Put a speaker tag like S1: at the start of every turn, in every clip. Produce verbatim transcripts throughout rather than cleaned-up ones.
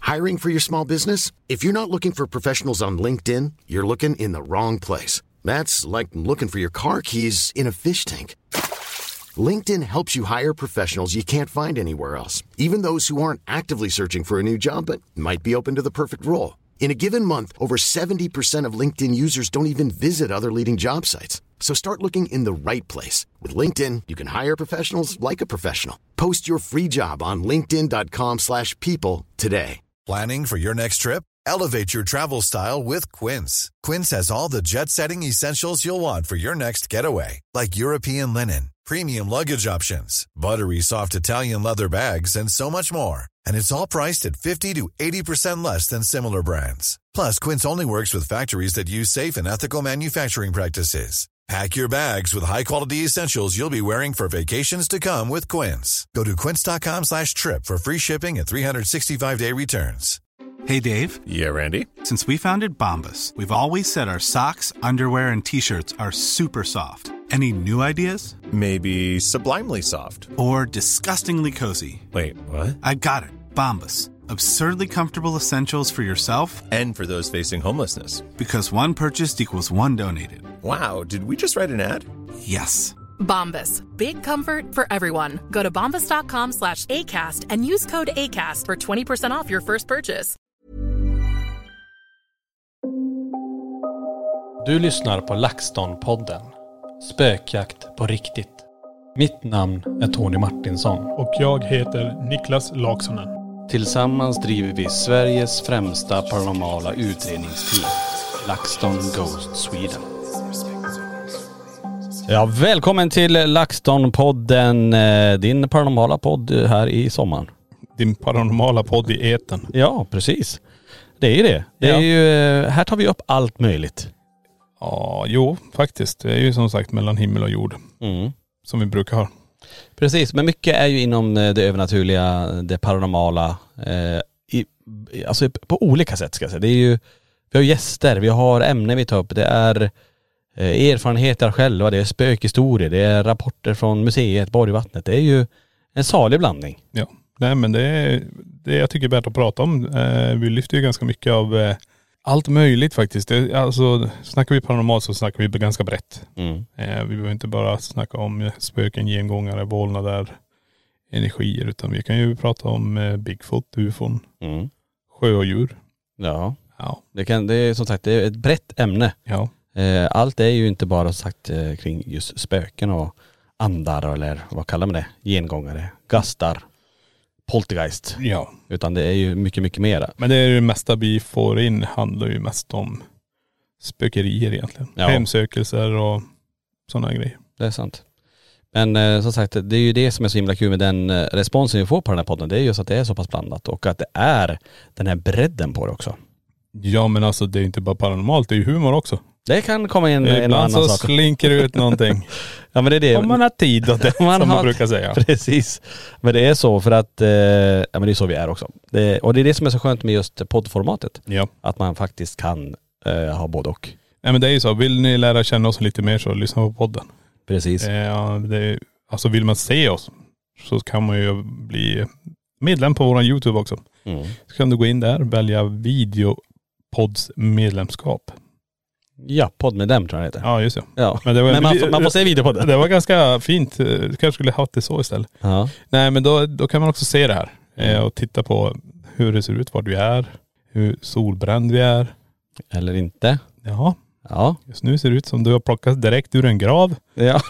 S1: Hiring for your small business? If you're not looking for professionals on LinkedIn, you're looking in the wrong place. That's like looking for your car keys in a fish tank. LinkedIn helps you hire professionals you can't find anywhere else, even those who aren't actively searching for a new job but might be open to the perfect role. In a given month, over seventy percent of LinkedIn users don't even visit other leading job sites. So start looking in the right place. With LinkedIn, you can hire professionals like a professional. Post your free job on linkedin dot com slash people today.
S2: Planning for your next trip? Elevate your travel style with Quince. Quince has all the jet-setting essentials you'll want for your next getaway, like European linen, premium luggage options, buttery soft Italian leather bags, and so much more. And it's all priced at fifty to eighty percent less than similar brands. Plus, Quince only works with factories that use safe and ethical manufacturing practices. Pack your bags with high-quality essentials you'll be wearing for vacations to come with Quince. Go to quince.com slash trip for free shipping and three sixty-five day returns.
S3: Hey, Dave.
S4: Yeah, Randy.
S3: Since we founded Bombas, we've always said our socks, underwear, and T-shirts are super soft. Any new ideas?
S4: Maybe sublimely soft.
S3: Or disgustingly cozy.
S4: Wait, what?
S3: I got it. Bombas. Absurdly comfortable essentials for yourself
S4: and for those facing homelessness.
S3: Because one purchased equals one donated.
S4: Wow, did we just write an ad?
S3: Yes.
S5: Bombas. Big comfort for everyone. Go to bombas.com slash ACAST and use code ACAST for twenty percent off your first purchase.
S6: Du lyssnar på LaxTon-podden. Spökjakt på riktigt. Mitt namn är Tony Martinsson.
S7: Och jag heter Niklas Laksonen.
S6: Tillsammans driver vi Sveriges främsta paranormala utredningsteam, LaxTon Ghost Sweden. Ja, välkommen till LaxTon-podden, din paranormala podd här i sommaren.
S7: Din paranormala podd i eten.
S6: Ja, precis. Det är ju det. Det är ja. ju, här tar vi upp allt möjligt.
S7: Ja, jo, faktiskt. Det är ju som sagt mellan himmel och jord. Mm. Som vi brukar ha.
S6: Precis, men mycket är ju inom det övernaturliga, det paranormala. Eh, i, alltså på olika sätt ska jag säga. Det är ju, vi har gäster, vi har ämnen vi tar upp. Det är eh, erfarenheter själva, det är spökhistorier, det är rapporter från museet, Borgvattnet. Det är ju en salig blandning.
S7: Ja, nej men det är det jag tycker är värt att prata om. Eh, vi lyfter ju ganska mycket av eh, allt möjligt faktiskt. Det, alltså snackar vi paranormalt så snackar vi ganska brett. Mm. Eh, vi behöver inte bara snacka om spöken, gengångare, vålnader, energier, utan vi kan ju prata om eh, Bigfoot, U F O, mm. sjö och djur.
S6: Ja, ja. Det, kan, det är som sagt det är ett brett ämne.
S7: Ja.
S6: Eh, allt är ju inte bara sagt eh, kring just spöken och andar eller vad kallar man det? Gengångare, gastar, poltergeist.
S7: Ja.
S6: Utan det är ju mycket, mycket mera.
S7: Men det är ju det mesta vi får in handlar ju mest om spökerier egentligen. Ja. Hemsökelser och sådana grejer.
S6: Det är sant. Men eh, som sagt, det är ju det som är så himla kul med den eh, responsen vi får på den här podden. Det är just att det är så pass blandat och att det är den här bredden på det också.
S7: Ja, men alltså det är inte bara paranormalt, det är ju humor också.
S6: Det kan komma in en annan sak.
S7: Ibland så slinker ut någonting.
S6: Ja, men det är det.
S7: Om man har tid och det, man som har, man brukar säga.
S6: Precis. Men det är så för att, eh, ja men det är så vi är också. Det, och det är det som är så skönt med just poddformatet.
S7: Ja.
S6: Att man faktiskt kan eh, ha både och.
S7: Nej men det är ju så, vill ni lära känna oss lite mer så lyssna på podden.
S6: Precis.
S7: Eh, ja, det är, alltså vill man se oss så kan man ju bli medlem på våran YouTube också. Mm. Så kan du gå in där, välja videopodds medlemskap.
S6: Ja, poddmedlem tror jag det heter.
S7: Ja, just det.
S6: Ja. Men, det var, men man, får, man får se video på det.
S7: Det var ganska fint. Du kanske skulle ha det så istället.
S6: Ja.
S7: Nej, men då, då kan man också se det här. Mm. Och titta på hur det ser ut, var du är. Hur solbränd vi är.
S6: Eller inte.
S7: Ja.
S6: Ja.
S7: Just nu ser det ut som du har plockat direkt ur en grav.
S6: Ja.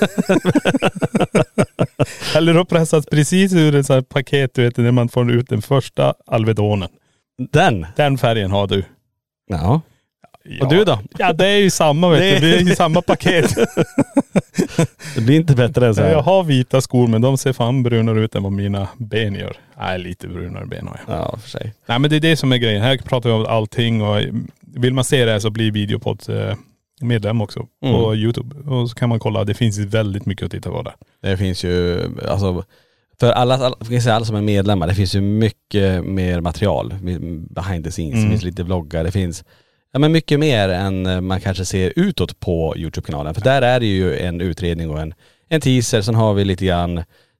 S7: Eller du har pressat precis ur ett sånt här paket, du vet, när man får ut den första Alvedonen.
S6: Den?
S7: Den färgen har du.
S6: Ja.
S7: Ja.
S6: Och du då?
S7: Ja, det är ju samma vet du. Det är ju samma paket.
S6: Det blir inte bättre än så här.
S7: Jag har vita skor men de ser fan brunare ut än vad mina ben gör. Nej, lite brunare ben har jag.
S6: Ja, för sig.
S7: Nej, men det är det som är grejen. Här pratar vi om allting och vill man se det här så blir videopod medlem också mm. på YouTube. Och så kan man kolla, det finns väldigt mycket att titta på där.
S6: Det finns ju, alltså för alla, alla, för säga, alla som är medlemmar, det finns ju mycket mer material behind the scenes. Mm. Det finns lite vloggar, det finns ja, men mycket mer än man kanske ser utåt på YouTube-kanalen. För där är det ju en utredning och en, en teaser. Sen har vi lite grann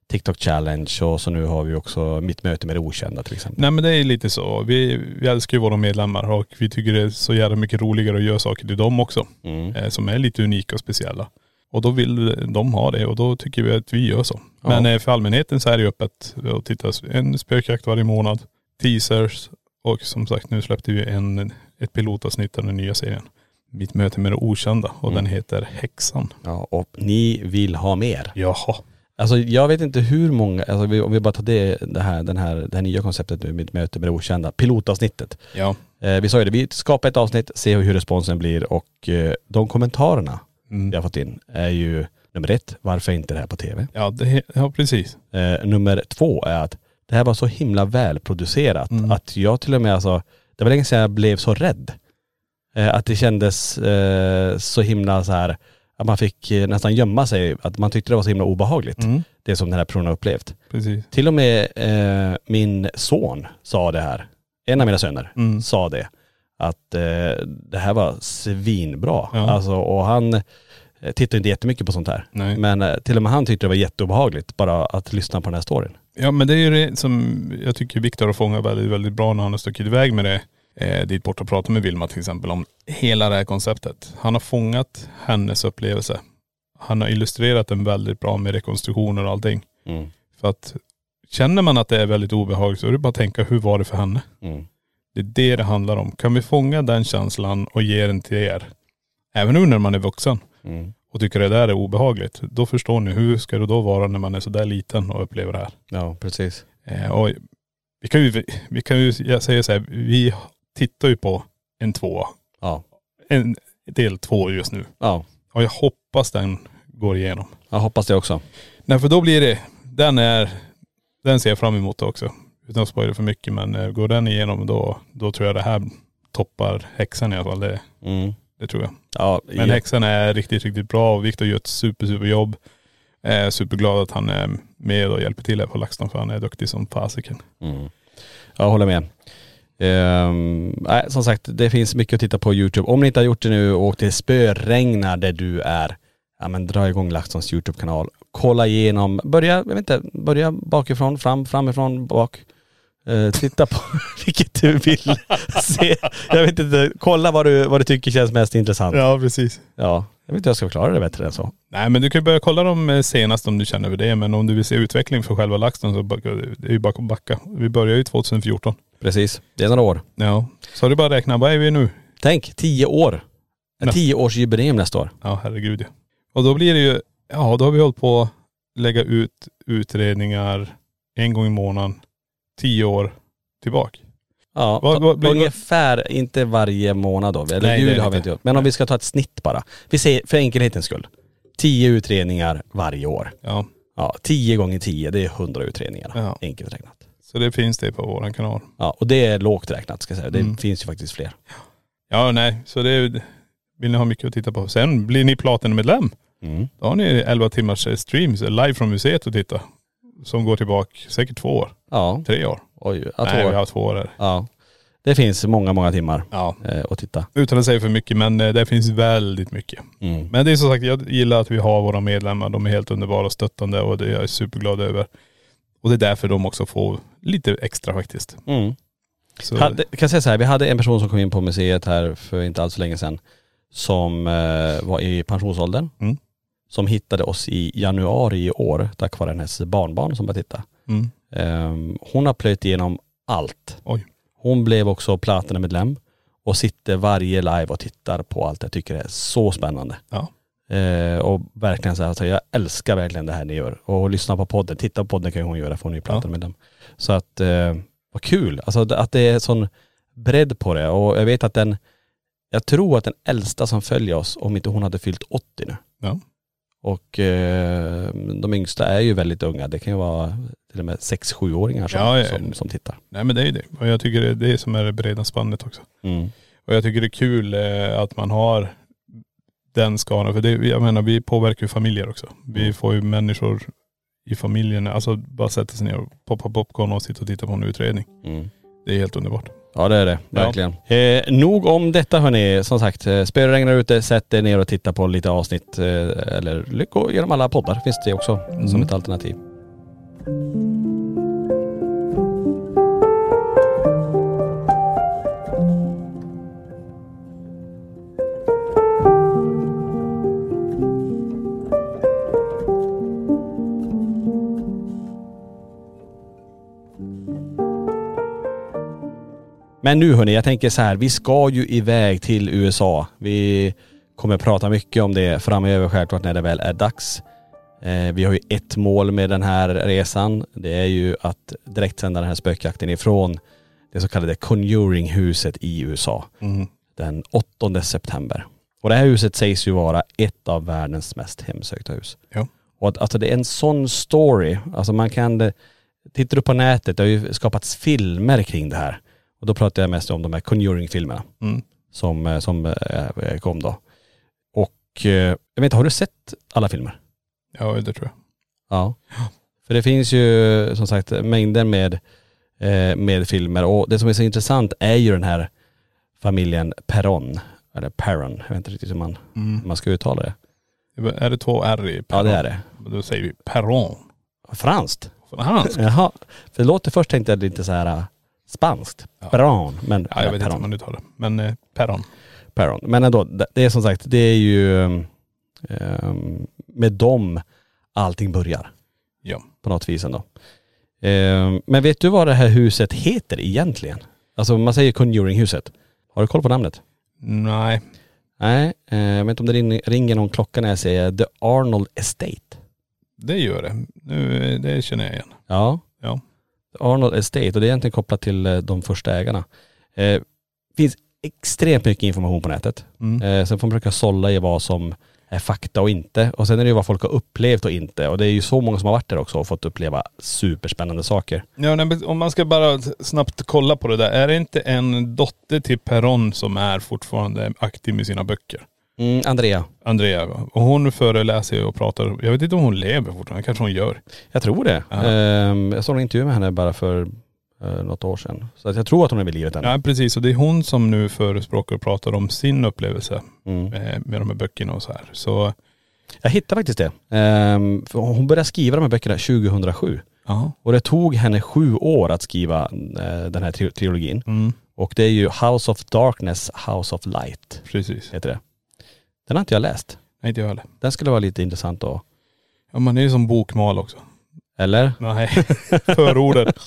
S6: TikTok Challenge och så nu har vi också Mitt möte med det okända till exempel.
S7: Nej men det är lite så. Vi, vi älskar ju våra medlemmar och vi tycker det är så jävla mycket roligare att göra saker till dem också. Mm. Eh, som är lite unika och speciella. Och då vill de ha det och då tycker vi att vi gör så. Ja. Men eh, för allmänheten så är det öppet att titta en spökjakt varje månad. Teasers och som sagt nu släppte vi en, ett pilotavsnitt av den nya serien. Mitt möte med det okända och mm. den heter Häxan.
S6: Ja, och ni vill ha mer.
S7: Jaha.
S6: Alltså jag vet inte hur många, alltså om vi bara tar det, det, här, den här, det här nya konceptet med Mitt möte med det okända, pilotavsnittet.
S7: Ja.
S6: Eh, vi sa ju det, vi skapar ett avsnitt, ser hur responsen blir och eh, de kommentarerna mm. vi har fått in är ju nummer ett, varför inte det här på tv?
S7: Ja, det, ja precis.
S6: Eh, nummer två är att det här var så himla välproducerat mm. att jag till och med alltså, det var länge sedan jag blev så rädd. Eh, att det kändes eh, så himla så här att man fick nästan gömma sig, att man tyckte det var så himla obehagligt. Mm. Det som den här personen har upplevt.
S7: Precis.
S6: Till och med eh, min son sa det här. En av mina söner mm. sa det. Att eh, det här var svinbra. Ja. Alltså, och han eh, tittar inte jättemycket på sånt här. Nej. Men eh, till och med han tyckte det var jätteobehagligt bara att lyssna på den här storyn.
S7: Ja men det är ju det som jag tycker Viktor har fångat väldigt, väldigt bra när han har stuckit iväg med det. Eh, dit bort och pratat med Vilma till exempel om hela det här konceptet. Han har fångat hennes upplevelse. Han har illustrerat den väldigt bra med rekonstruktioner och allting. Mm. För att känner man att det är väldigt obehagligt så är det bara att tänka hur var det för henne. Mm. Det är det det handlar om. Kan vi fånga den känslan och ge den till er? Även nu när man är vuxen mm. och tycker det där är obehagligt. Då förstår ni hur ska det då vara när man är så där liten och upplever det här.
S6: Ja, precis.
S7: Eh, och vi kan ju, vi kan ju säga så här, vi tittar ju på en två.
S6: Ja.
S7: En del två just nu.
S6: Ja.
S7: Och jag hoppas den går igenom.
S6: Jag hoppas det också.
S7: Nej för då blir det, den är, den ser jag fram emot också. Utan att spoila för mycket, men går den igenom då, då tror jag det här toppar Häxan i alla fall. Det, mm. det tror jag.
S6: Ja,
S7: men ja. Häxan är riktigt, riktigt bra och Viktor gör ett super, super jobb. Jag är superglad att han är med och hjälper till här på LaxTon för han är duktig som fasiken.
S6: Mm. Jag håller med. Um, nej, som sagt, det finns mycket att titta på YouTube. Om ni inte har gjort det nu och det spöregnar där du är, ja men dra igång LaxTons YouTube-kanal. Kolla igenom, börja, jag vet inte, börja bakifrån, fram, framifrån, bak. Uh, titta på vilket du vill se. Jag vet inte, kolla vad du, vad du tycker känns mest intressant.
S7: Ja, precis.
S6: Ja, jag vet inte hur jag ska förklara det bättre än så.
S7: Nej, men du kan börja kolla dem senast om du känner över det. Men om du vill se utveckling för själva LaxTon så är det ju bara att backa. Vi börjar ju tjugohundrafjorton.
S6: Precis, det är några år.
S7: Ja, så har du bara räkna, vad är vi nu?
S6: Tänk, tio år. En tio års jubileum nästa år.
S7: Ja, herregud ja. Och då blir det ju, ja då har vi hållit på att lägga ut utredningar en gång i månaden, tio år tillbaka.
S6: Ja, vad, vad, blir, ungefär, inte varje månad då. Eller nej, jul har vi inte gjort. Men om vi ska ta ett snitt bara. Vi säger för enkelhetens skull. Tio utredningar varje år.
S7: Ja.
S6: Ja, tio gånger tio, det är hundra utredningar. Ja. Enkelt räknat.
S7: Så det finns det på våran kanal.
S6: Ja, och det är lågt räknat ska jag säga. Det mm. finns ju faktiskt fler.
S7: Ja, nej. Så det är, vill ni ha mycket att titta på. Sen blir ni Platinum-medlem. Mm. Då har ni elva timmars streams live från museet att titta. Som går tillbaka säkert två år.
S6: Ja.
S7: Tre år.
S6: Oj, ja,
S7: nej,
S6: år.
S7: vi har två år där.
S6: Ja. Det finns många, många timmar
S7: ja.
S6: eh, att titta.
S7: Utan att säga för mycket, men eh, det finns väldigt mycket. Mm. Men det är som sagt, jag gillar att vi har våra medlemmar. De är helt underbara och stöttande och det är jag superglad över. Och det är därför de också får lite extra faktiskt. Mm.
S6: Så. Hade, kan jag säga så här, vi hade en person som kom in på museet här för inte alls så länge sedan. Som eh, var i pensionsåldern. Mm. Som hittade oss i januari i år tack vare hennes barnbarn som började titta. Mm. Um, hon har plöjt igenom allt.
S7: Oj.
S6: Hon blev också Platinum-medlem och sitter varje live och tittar på allt. Jag tycker det är så spännande.
S7: Ja.
S6: Uh, och verkligen så här, alltså jag älskar verkligen det här ni gör. Och lyssna på podden, titta på podden kan hon göra för hon är Platinum-medlem. Ja. Så att, uh, vad kul. Alltså att det är sån bredd på det. Och jag vet att den, jag tror att den äldsta som följer oss, om inte hon hade fyllt åttio nu.
S7: Ja.
S6: Och eh, de yngsta är ju väldigt unga. Det kan ju vara till och med sex sjuåringar som,
S7: ja, ja.
S6: som, som tittar.
S7: Nej men det är ju det. Och jag tycker det är det som är det breda spannet också. Mm. Och jag tycker det är kul eh, att man har den skalan. För det, jag menar vi påverkar ju familjer också. Vi mm. får ju människor i familjen, alltså bara sätta sig ner och poppa popcorn och sitta och titta på en utredning. Mm. Det är helt underbart.
S6: Ja det är det, verkligen. Ja. Eh, nog om detta hörni, som sagt, spöregnar ute, sätt er ner och titta på lite avsnitt eh, eller lycka genom alla poddar finns det också mm. som ett alternativ. Men nu hörni, jag tänker så här, vi ska ju iväg till U S A. Vi kommer prata mycket om det framöver självklart när det väl är dags. Eh, vi har ju ett mål med den här resan. Det är ju att direkt sända den här spökjakten ifrån det så kallade Conjuring-huset i U S A. Mm. Den åttonde september. Och det här huset sägs ju vara ett av världens mest hemsökta hus.
S7: Ja.
S6: Och att, alltså det är en sån story. Alltså man kan, tittar du på nätet, det har ju skapats filmer kring det här. Och då pratar jag mest om de här Conjuring-filmerna mm. som, som äh, kom då. Och äh, jag vet inte, har du sett alla filmer?
S7: Ja, det tror jag.
S6: Ja. För det finns ju som sagt mängder med, äh, med filmer. Och det som är så intressant är ju den här familjen Perron. Eller Perron, jag vet inte riktigt hur man, mm. man ska uttala det.
S7: Är det två R i
S6: Ja,
S7: Perron?
S6: det är det.
S7: Då säger vi Perron.
S6: Franskt?
S7: Franskt?
S6: Jaha. För det låter först tänkte jag lite så här spanskt. Ja. Perron. Men,
S7: ja, jag vet
S6: Perron.
S7: inte om man uttalar det. Men eh, Perron.
S6: Perron. Men ändå, det är som sagt, det är ju um, med dem allting börjar.
S7: Ja.
S6: På något vis ändå. Um, men vet du vad det här huset heter egentligen? Alltså man säger Conjuring-huset. Har du koll på namnet?
S7: Nej.
S6: Nej, eh, jag vet inte om det ring, ringer någon klocka när jag säger The Arnold Estate.
S7: Det gör det. Nu, det känner jag igen.
S6: Ja.
S7: Ja.
S6: The Arnold Estate, och det är egentligen kopplat till eh, de första ägarna. Eh, finns extremt mycket information på nätet. Mm. Eh, sen får man försöka sålla i vad som är fakta och inte. Och sen är det ju vad folk har upplevt och inte. Och det är ju så många som har varit där också och fått uppleva superspännande saker.
S7: Ja, nej, om man ska bara snabbt kolla på det där. Är det inte en dotter till Perron som är fortfarande aktiv med sina böcker?
S6: Mm, Andrea.
S7: Andrea, och hon föreläser och pratar. Jag vet inte om hon lever fortfarande, kanske hon gör.
S6: Jag tror det. Um, jag såg en intervju med henne bara för uh, något år sedan. Så att jag tror att hon är vid livet än.
S7: Ja, precis. Och det är hon som nu förespråkar och pratar om sin upplevelse mm. med, med de här böckerna och så här. Så
S6: jag hittade faktiskt det. Um, för hon började skriva de här böckerna tjugohundrasju. Aha. Och det tog henne sju år att skriva uh, den här tri- trilogin. Mm. Och det är ju House of Darkness, House of Light.
S7: Precis.
S6: Heter det. Den har inte jag läst.
S7: Nej, inte jag heller.
S6: Den skulle vara lite intressant då.
S7: Ja, man är ju som bokmal också.
S6: Eller?
S7: Nej, förordet.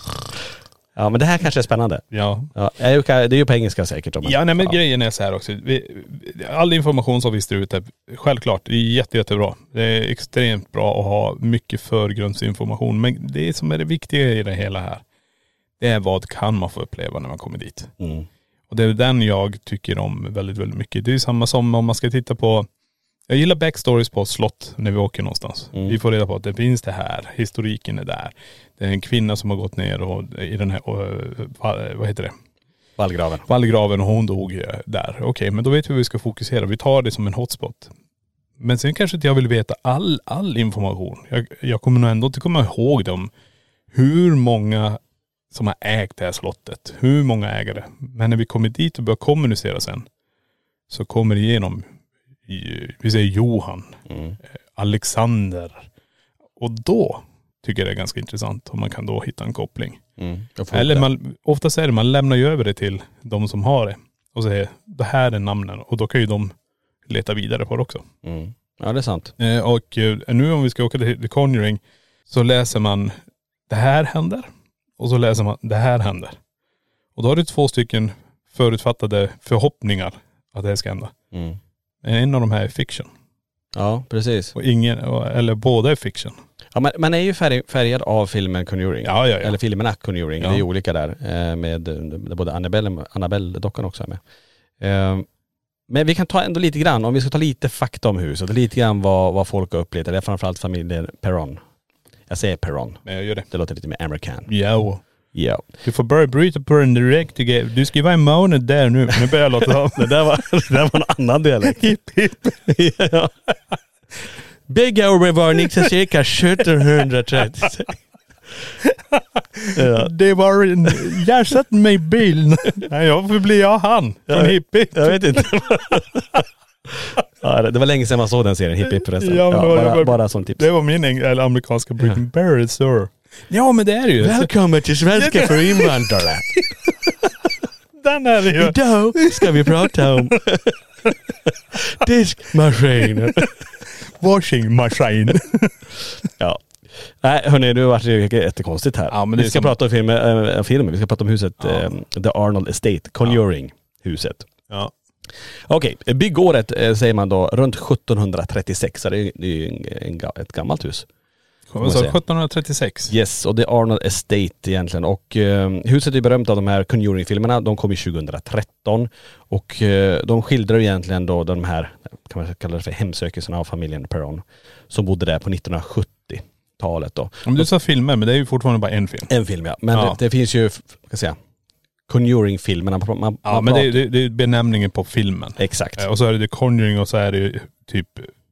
S6: Ja, men det här kanske är spännande.
S7: Ja.
S6: Ja, det är ju på engelska säkert. Om man,
S7: ja, nej men
S6: ja.
S7: grejen är så här också. Vi, all information som vi står ute, självklart, det är jätte, jättebra. Det är extremt bra att ha mycket förgrundsinformation. Men det som är det viktiga i det hela här, det är vad kan man få uppleva när man kommer dit. Mm. Och det är den jag tycker om väldigt, väldigt mycket. Det är samma som om man ska titta på, jag gillar backstories på slott när vi åker någonstans. Mm. Vi får reda på att det finns det här, historiken är där. Det är en kvinna som har gått ner och, i den här, och, vad heter det?
S6: Vallgraven.
S7: Vallgraven, och hon dog där. Okej, okay, men då vet vi hur vi ska fokusera. Vi tar det som en hotspot. Men sen kanske inte jag vill veta all, all information. Jag, jag kommer nog ändå inte komma ihåg dem. Hur många som har ägt det här slottet. Hur många ägare. Men när vi kommer dit och börjar kommunicera sen, så kommer det igenom, vi säger Johan, mm. Alexander. Och då tycker jag det är ganska intressant om man kan då hitta en koppling. Mm. Eller man, oftast är det, man lämnar ju över det till de som har det och säger, det här är namnen. Och då kan ju de leta vidare på det också.
S6: Mm. Ja, det är sant.
S7: Eh, och eh, nu om vi ska åka till The Conjuring, så läser man, det här händer. Och så läser man, det här händer. Och då har du två stycken förutfattade förhoppningar att det här ska hända. Mm. En av de här är fiction.
S6: Ja, precis.
S7: Och ingen, eller båda är fiction.
S6: Ja, man, man är ju färg, färgad av filmen Conjuring.
S7: Ja, ja, ja.
S6: Eller filmerna Conjuring.
S7: Ja.
S6: Det är ju olika där. Med, med både Annabelle, Annabelle-dockan också är med. Men vi kan ta ändå lite grann, om vi ska ta lite fakta om huset. Lite grann vad, vad folk har upplevt. Det är framförallt familjen Perron. Jag säger Perron.
S7: Men jag gör det.
S6: Det låter lite mer amerikan.
S7: Ja.
S6: Ja.
S7: Du får börja bryta på den direkt. Du ska vara en månad där nu. Nu börjar jag låta om.
S6: det, där var, det där var en annan dialekt.
S7: Hipp hipp.
S6: Ja. Big övervarning till cirka sjuttonhundratrettio.
S7: Ja. Det var en, jag satt mig i bilen. Nej, jag får bli jag han. Från Hipp hipp.
S6: Jag vet inte. Ja, det var länge sedan man såg den serien, Hipp hipp förresten.
S7: Ja,
S6: ja, bara,
S7: var,
S6: bara som tips.
S7: Det var min eller amerikanska Britain ja. Barry, sir. Ja, men det är det ju.
S6: Välkommen till Svenska för invandrare.
S7: Den är det ju.
S6: Idag ska vi prata om diskmaskin.
S7: Washing machine.
S6: Ja. Nej hörni, nu var det jättekonstigt här.
S7: Ja, men det
S6: vi ska
S7: som...
S6: prata om film, äh, filmen, vi ska prata om huset ja. äh, The Arnold Estate, Conjuring-huset.
S7: Ja.
S6: Okej, okay. Byggåret äh, säger man då runt sjuttonhundratrettiosex, så det är, det är en, en, ett gammalt hus.
S7: Vad sa du, sjuttonhundratrettiosex?
S6: Yes, och The Arnold Estate egentligen. Och eh, huset är berömt av de här Conjuring-filmerna. De kom ju tjugohundratretton. Och eh, de skildrar egentligen då de här, kan man kalla det för hemsökelserna av familjen Perron. Som bodde där på nittonhundrasjuttiotalet då.
S7: Om du sa filmer, men det är ju fortfarande bara en film.
S6: En film ja. Men ja. Det, det finns ju, ska jag säga, Conjuring-filmerna. Man, man,
S7: ja
S6: man
S7: men
S6: pratar...
S7: det, det, det är benämningen på filmen.
S6: Exakt.
S7: Och så är det The Conjuring och så är det typ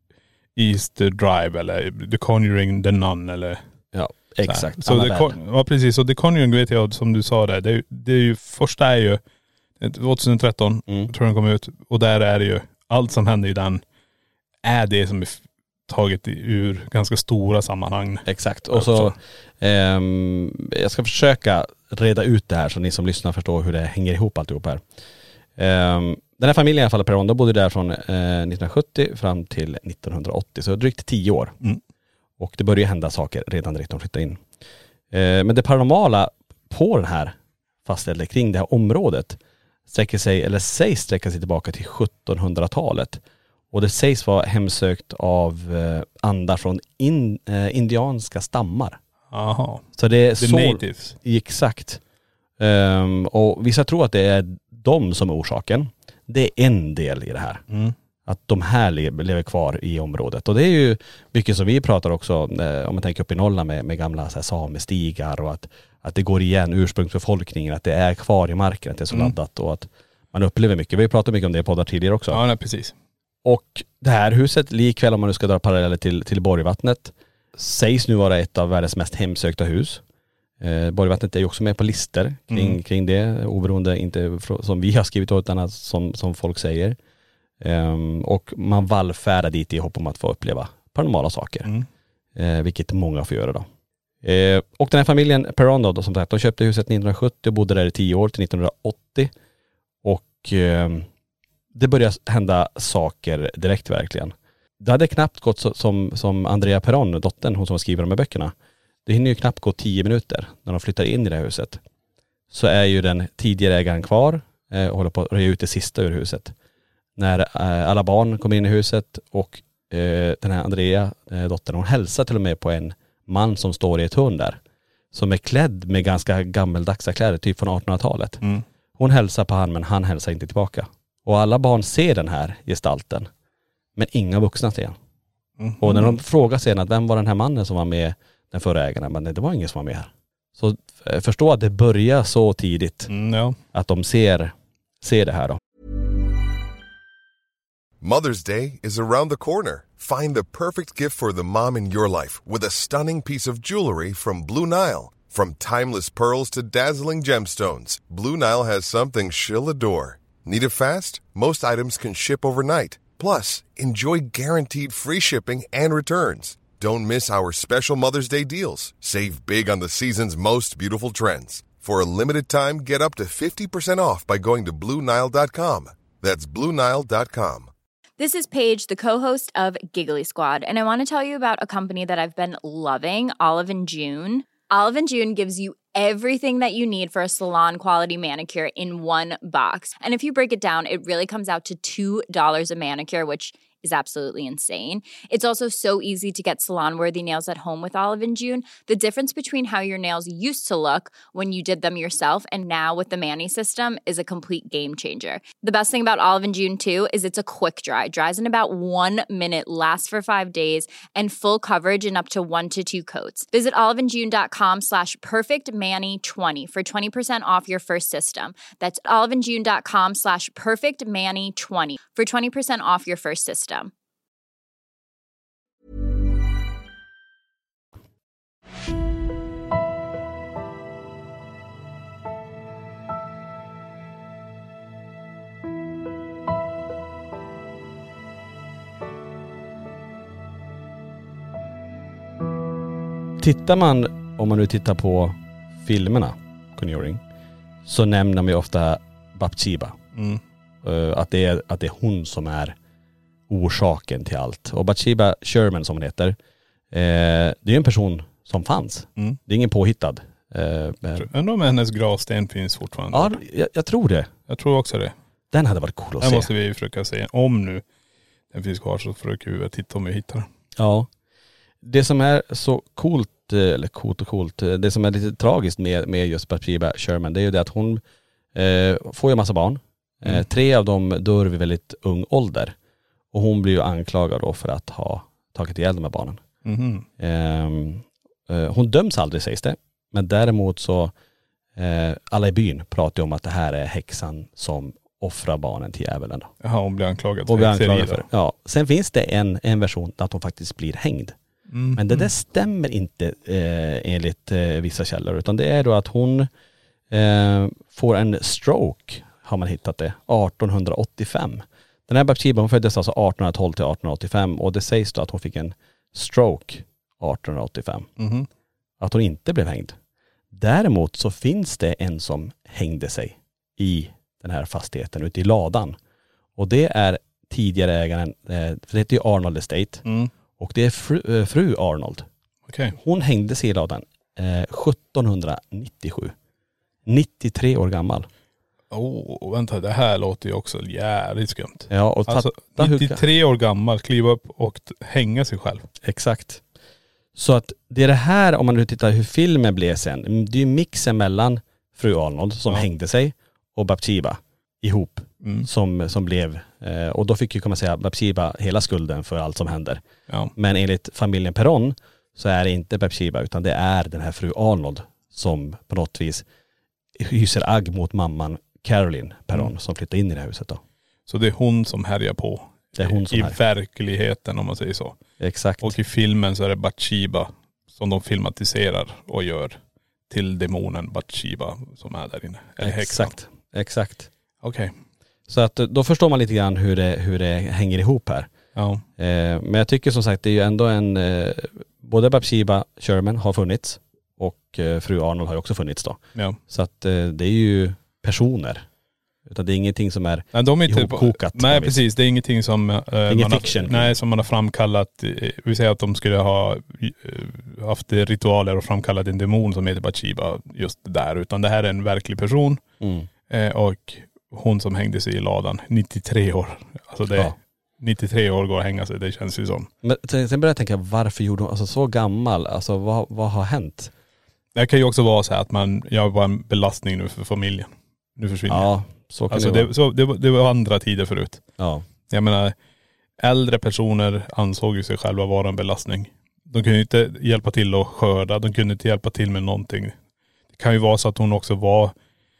S7: Easter Drive eller The Conjuring The Nun eller...
S6: Ja, exakt.
S7: Så, så det, ja precis, och The Conjuring vet jag som du sa där, det, det är ju, första är ju tjugohundratretton mm. tror jag den kom ut, och där är det ju, allt som händer i den är det som är taget ur ganska stora sammanhang.
S6: Exakt, och så ehm, jag ska försöka reda ut det här så ni som lyssnar förstår hur det hänger ihop alltihop här. Ehm, Den här familjen i alla fall, Perron, de bodde där från eh, nittonhundrasjuttio fram till nittonhundraåttio, så drygt tio år. Mm. Och det började hända saker redan direkt de flyttade in. Eh, men det paranormala på den här fastigheten kring det här området sträcker sig, eller sägs sträcka sig tillbaka till sjuttonhundratalet. Och det sägs vara hemsökt av eh, andar från in, eh, indianska stammar.
S7: Aha.
S6: Så det är
S7: The
S6: så...
S7: natives.
S6: Exakt. Um, och vissa tror att det är de som är orsaken. Det är en del i det här. Mm. Att de här lever kvar i området. Och det är ju mycket som vi pratar också, eh, om man tänker upp i Norrland med, med gamla så här, samestigar och att, att det går igen ursprungsbefolkningen, att det är kvar i marken, att det är så mm. laddat och att man upplever mycket. Vi har pratat mycket om det i poddar tidigare också.
S7: Ja, nej, precis.
S6: Och det här huset, likväl om man nu ska dra paralleller till, till Borgvattnet, sägs nu vara ett av världens mest hemsökta hus. Eh, Borgvattnet är ju också med på lister kring, mm. kring det, oberoende inte som vi har skrivit åt utan som, som folk säger. Um, och man vallfärdar dit i hopp om att få uppleva paranormala saker. Mm. Eh, vilket många får göra då. Eh, och den här familjen Perron då, som sagt, de köpte huset nittonhundrasjuttio och bodde där i tio år till nittonhundraåttio. Och eh, det började hända saker direkt verkligen. Det hade knappt gått så, som, som Andrea Perron, dottern, hon som skriver de här böckerna. Det hinner ju knappt gå tio minuter när de flyttar in i det här huset. Så är ju den tidigare ägaren kvar eh, och håller på att röja ut det sista ur huset. När eh, alla barn kommer in i huset och eh, den här Andrea, eh, dottern, hon hälsar till och med på en man som står i ett hörn där. Som är klädd med ganska gammeldags kläder, typ från artonhundratalet. Mm. Hon hälsar på han men han hälsar inte tillbaka. Och alla barn ser den här gestalten. Men inga vuxna ser. Mm. Och när de frågar sen att vem var den här mannen som var med den förra ägaren, men det var ingen som var med här. Så eh, förstå att det börjar så tidigt.
S7: Mm, ja.
S6: Att de ser, ser det här då.
S8: Mother's Day is around the corner. Find the perfect gift for the mom in your life with a stunning piece of jewelry from Blue Nile. From timeless pearls to dazzling gemstones, Blue Nile has something she'll adore. Need it fast? Most items can ship overnight. Plus, enjoy guaranteed free shipping and returns. Don't miss our special Mother's Day deals. Save big on the season's most beautiful trends. For a limited time, get up to fifty percent off by going to Blue Nile dot com. That's Blue Nile dot com.
S9: This is Paige, the co-host of Giggly Squad, and I want to tell you about a company that I've been loving, Olive and June. Olive and June gives you everything that you need for a salon-quality manicure in one box. And if you break it down, it really comes out to two dollars a manicure, which is absolutely insane. It's also so easy to get salon-worthy nails at home with Olive and June. The difference between how your nails used to look when you did them yourself and now with the Mani system is a complete game changer. The best thing about Olive and June, too, is it's a quick dry. Dries in about one minute, lasts for five days, and full coverage in up to one to two coats. Visit oliveandjune.com slash perfectmani20 for twenty percent off your first system. That's oliveandjune.com slash perfectmani20 for twenty percent off your first system.
S6: Tittar man, om man nu tittar på filmerna Conjuring, så nämner man ju ofta Bathsheba. Mm. Uh, att, det är, att det är hon som är orsaken till allt. Och Bathsheba Sherman som hon heter, eh, det är en person som fanns.
S7: Mm.
S6: Det är ingen påhittad. Eh,
S7: Undrar om hennes gravsten finns fortfarande.
S6: Ja, jag, jag tror det.
S7: Jag tror också det.
S6: Den hade varit cool att
S7: den
S6: se.
S7: måste vi försöka se. Om nu den finns kvar så försöker vi titta om vi hittar den.
S6: Ja. Det som är så coolt, eller coolt och coolt, det som är lite tragiskt med, med just Bathsheba Sherman, det är ju det att hon eh, får ju massa barn. Mm. Eh, tre av dem dör vid väldigt ung ålder. Och hon blir ju anklagad då för att ha tagit ihjäl de här barnen.
S7: Mm.
S6: Eh, eh, hon döms aldrig sägs det. Men däremot så, eh, alla i byn pratar ju om att det här är häxan som offrar barnen till djävulen.
S7: Jaha, hon blir anklagad
S6: för, och blir anklagad för. Ja. Sen finns det en, en version att hon faktiskt blir hängd. Mm. Men det där stämmer inte eh, enligt eh, vissa källor. Utan det är då att hon eh, får en stroke, har man hittat det, arton åttiofem. Den här Bathsheba, hon föddes alltså artonhundratolv till arton åttiofem och det sägs då att hon fick en stroke arton åttiofem. Mm. Att hon inte blev hängd. Däremot så finns det en som hängde sig i den här fastigheten ute i ladan. Och det är tidigare ägaren, för det heter ju Arnold Estate. Mm. Och det är fru, fru Arnold.
S7: Okay.
S6: Hon hängde sig i ladan eh, sjuttonhundranittiosju. nittiotre år gammal.
S7: Åh, oh, vänta, det här låter ju också jävligt skumt.
S6: Ja, och
S7: alltså, nittiotre år gammal, kliva upp och hänga sig själv.
S6: Exakt. Så att det är det här, om man nu tittar hur filmen blev sen, det är ju mixen mellan fru Arnold som ja. hängde sig och Bathsheba ihop mm. som, som blev, eh, och då fick ju, kan man säga, Bathsheba hela skulden för allt som händer. Ja. Men enligt familjen Perron så är det inte Bathsheba utan det är den här fru Arnold som på något vis hyser agg mot mamman Caroline Perron mm. som flyttade in i det här huset då.
S7: Så det är hon som härjar på
S6: det är hon som
S7: i
S6: härjar.
S7: Verkligheten om man säger så.
S6: Exakt.
S7: Och i filmen så är det Bathsheba som de filmatiserar och gör till demonen Bathsheba som är där inne. Eller häxan.
S6: Exakt. Exakt.
S7: Okej. Okay.
S6: Så att då förstår man lite grann hur det, hur det hänger ihop här.
S7: Ja.
S6: Eh, men jag tycker som sagt det är ju ändå en, eh, både Bathsheba Sherman har funnits och eh, fru Arnold har ju också funnits då.
S7: Ja.
S6: Så att eh, det är ju personer. Utan det är ingenting som är
S7: nej, de är inte
S6: ihopkokat.
S7: Nej precis, det är ingenting som, eh,
S6: ingen
S7: man
S6: fiction.
S7: Har, nej, som man har framkallat. Eh, vi säger att de skulle ha eh, haft ritualer och framkallat en demon som heter Bathsheba just där. Utan det här är en verklig person. Mm. Eh, och hon som hängde sig i ladan, nittiotre år. Alltså det ja. nittiotre år går att hänga sig, det känns ju som.
S6: Men sen började jag tänka, varför gjorde hon, alltså så gammal, alltså vad, vad har hänt?
S7: Det kan ju också vara så här att man, jag var en belastning nu för familjen. Nu försvinner jag.
S6: Ja, så kan
S7: alltså
S6: det,
S7: det, så det, det var andra tider förut.
S6: Ja.
S7: Jag menar, äldre personer ansåg ju sig själva vara en belastning. De kunde inte hjälpa till att skörda, de kunde inte hjälpa till med någonting. Det kan ju vara så att hon också var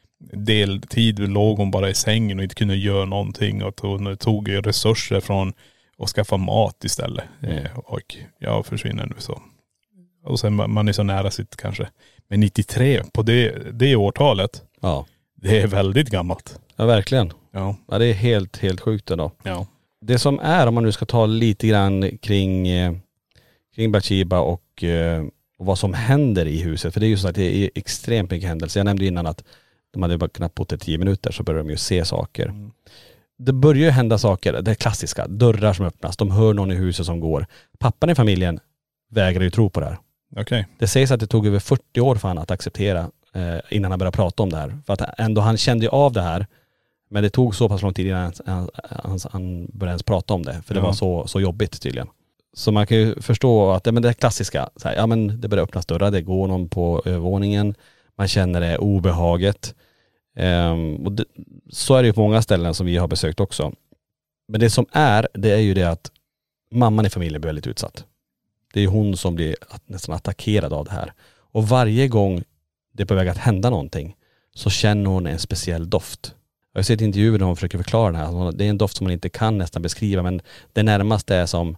S7: deltid, låg hon bara i sängen och inte kunde göra någonting. Och att hon tog resurser från att skaffa mat istället. Mm. Och jag försvinner nu så. Och sen man är så nära sitt kanske. Men nittiotre på det, det årtalet.
S6: Ja.
S7: Det är väldigt gammalt.
S6: Ja, verkligen.
S7: Ja.
S6: Ja, det är helt, helt sjukt ändå.
S7: Ja.
S6: Det som är, om man nu ska ta lite grann kring, eh, kring Bathsheba och, eh, och vad som händer i huset. För det är ju så att det är extremt mycket händelser. Jag nämnde innan att de hade bara knappt bott i tio minuter så börjar de ju se saker. Mm. Det börjar ju hända saker, det är klassiska. Dörrar som öppnas, de hör någon i huset som går. Pappan i familjen vägrar ju tro på det här.
S7: Okay.
S6: Det sägs att det tog över fyrtio år för han att acceptera eh, innan han började prata om det här. För att ändå han kände ju av det här. Men det tog så pass lång tid innan han, han, han började ens prata om det. För det ja. var så, så jobbigt tydligen. Så man kan ju förstå att det, men det är klassiska. Så här, ja men det börjar öppnas dörrar, det går någon på övervåningen. Man känner det obehaget. Um, och det, så är det ju på många ställen som vi har besökt också. Men det som är, det är ju det att mamman i familjen blir väldigt utsatt. Det är hon som blir nästan attackerad av det här. Och varje gång det är på väg att hända någonting så känner hon en speciell doft. Jag har sett intervjuer där hon försöker förklara det här. Det är en doft som man inte kan nästan beskriva, men det närmaste är som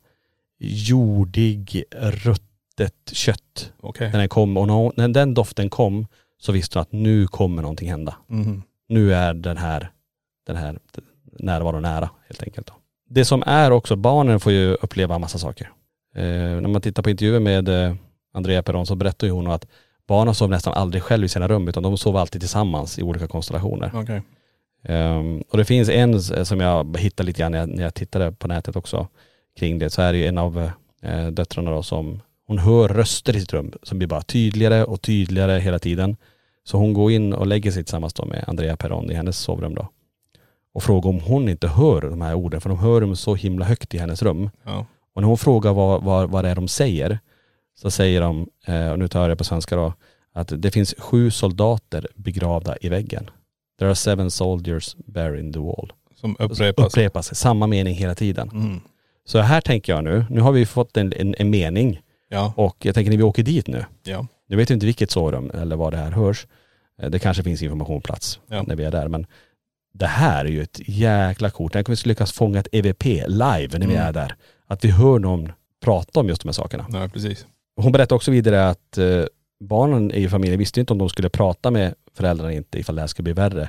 S6: jordig, ruttet kött.
S7: Okay.
S6: När den kom, och när, när den doften kom så visste hon att nu kommer någonting hända. Mm. Nu är den här, den här närvaron nära helt enkelt. Då. Det som är också, barnen får ju uppleva en massa saker. Eh, när man tittar på intervjuer med eh, Andrea Perron så berättar ju hon att barnen sov nästan aldrig själv i sina rum utan de sov alltid tillsammans i olika konstellationer.
S7: Okay.
S6: Um, och det finns en som jag hittade lite grann när jag, när jag tittade på nätet också kring det, så är det ju en av eh, döttrarna då som Hon hör röster i sitt rum som blir bara tydligare och tydligare hela tiden. Så hon går in och lägger sig tillsammans då med Andrea Perron i hennes sovrum då. Och frågar om hon inte hör de här orden, för de hör dem så himla högt i hennes rum.
S7: Ja.
S6: Och när hon frågar vad, vad, vad det är de säger, så säger de, och nu tar jag det på svenska då, att det finns sju soldater begravda i väggen. There are seven soldiers buried in the wall.
S7: Som upprepas.
S6: Upprepas, samma mening hela tiden.
S7: Mm.
S6: Så här tänker jag nu, nu har vi fått en, en, en mening.
S7: Ja.
S6: Och jag tänker när vi åker dit nu,
S7: Ja.
S6: nu vet jag inte vilket sovrum eller vad det här hörs. Det kanske finns information på plats
S7: Ja.
S6: när vi är där, men det här är ju ett jäkla kort. Tänk om vi skulle lyckas fånga ett E V P live när vi
S7: Mm.
S6: är där. Att vi hör någon prata om just de här sakerna.
S7: Ja, precis.
S6: Hon berättade också vidare att eh, barnen i familjen visste inte om de skulle prata med föräldrarna inte ifall det här skulle bli värre.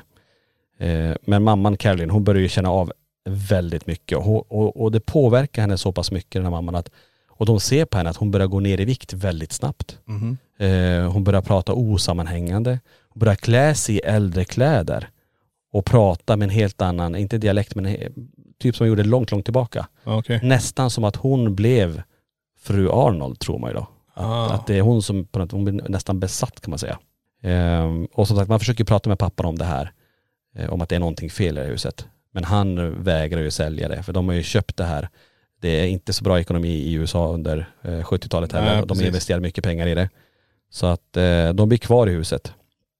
S6: Eh, men mamman Caroline, hon började ju känna av väldigt mycket. Och, och, och det påverkar henne så pass mycket, den här mamman, att, och de ser på henne att hon börjar gå ner i vikt väldigt snabbt.
S7: Mm.
S6: Eh, hon börjar prata osammanhängande. Hon börjar klä sig i äldre kläder. Och prata med en helt annan, inte dialekt men typ som hon gjorde långt, långt tillbaka.
S7: Okay.
S6: Nästan som att hon blev fru Arnold, tror man ju då. Att,
S7: Ah.
S6: att det är hon som på något, hon blir nästan besatt kan man säga. Ehm, och som sagt, man försöker prata med pappan om det här. Eh, om att det är någonting fel i det här huset. Men han vägrar ju sälja det. För de har ju köpt det här. Det är inte så bra ekonomi i U S A under eh, sjuttiotalet heller.
S7: Nej,
S6: de
S7: precis.
S6: investerar mycket pengar i det. Så att eh, de blir kvar i huset.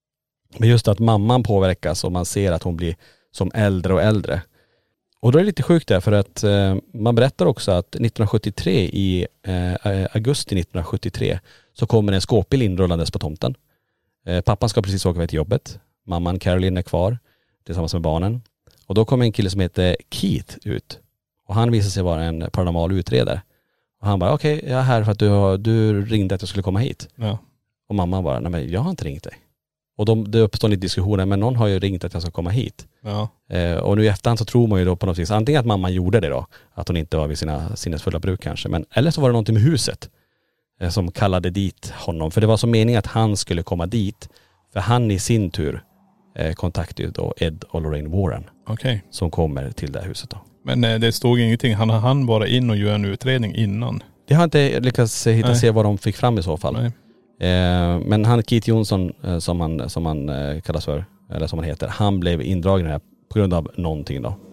S6: Men just att mamman påverkas och man ser att hon blir som äldre och äldre. Och då är det lite sjukt där, för att eh, man berättar också att nittonhundrasjuttiotre i eh, augusti nittonhundrasjuttiotre så kommer en skåpbil inrullandes på tomten. Eh, pappan ska precis åka till jobbet. Mamman Caroline är kvar tillsammans med barnen. Och då kommer en kille som heter Keith ut. Och han visar sig vara en paranormal utredare. Och han bara, okej, okay, jag är här för att du, har, du ringde att jag skulle komma hit.
S7: Ja.
S6: Och mamman bara, nej men jag har inte ringt dig. Och de, det uppstår lite diskussioner, men någon har ju ringt att jag ska komma hit.
S7: Ja.
S6: Eh, och nu i efterhand så tror man ju då på något vis, antingen att mamman gjorde det då, att hon inte var vid sina sinnesfulla bruk kanske, men eller så var det någonting med huset eh, som kallade dit honom. För det var så meningen att han skulle komma dit, för han i sin tur eh, kontaktade ju då Ed och Lorraine Warren.
S7: Okej. Okay.
S6: Som kommer till det här huset då.
S7: Men eh, det stod ingenting, han han bara in och gör en utredning innan?
S6: Det har inte lyckats hitta
S7: Nej.
S6: se vad de fick fram i så fall.
S7: Nej.
S6: Eh, men han Keith Johnson eh, som han, som han eh, kallas för, eller som han heter, han blev indragen här på grund av någonting då.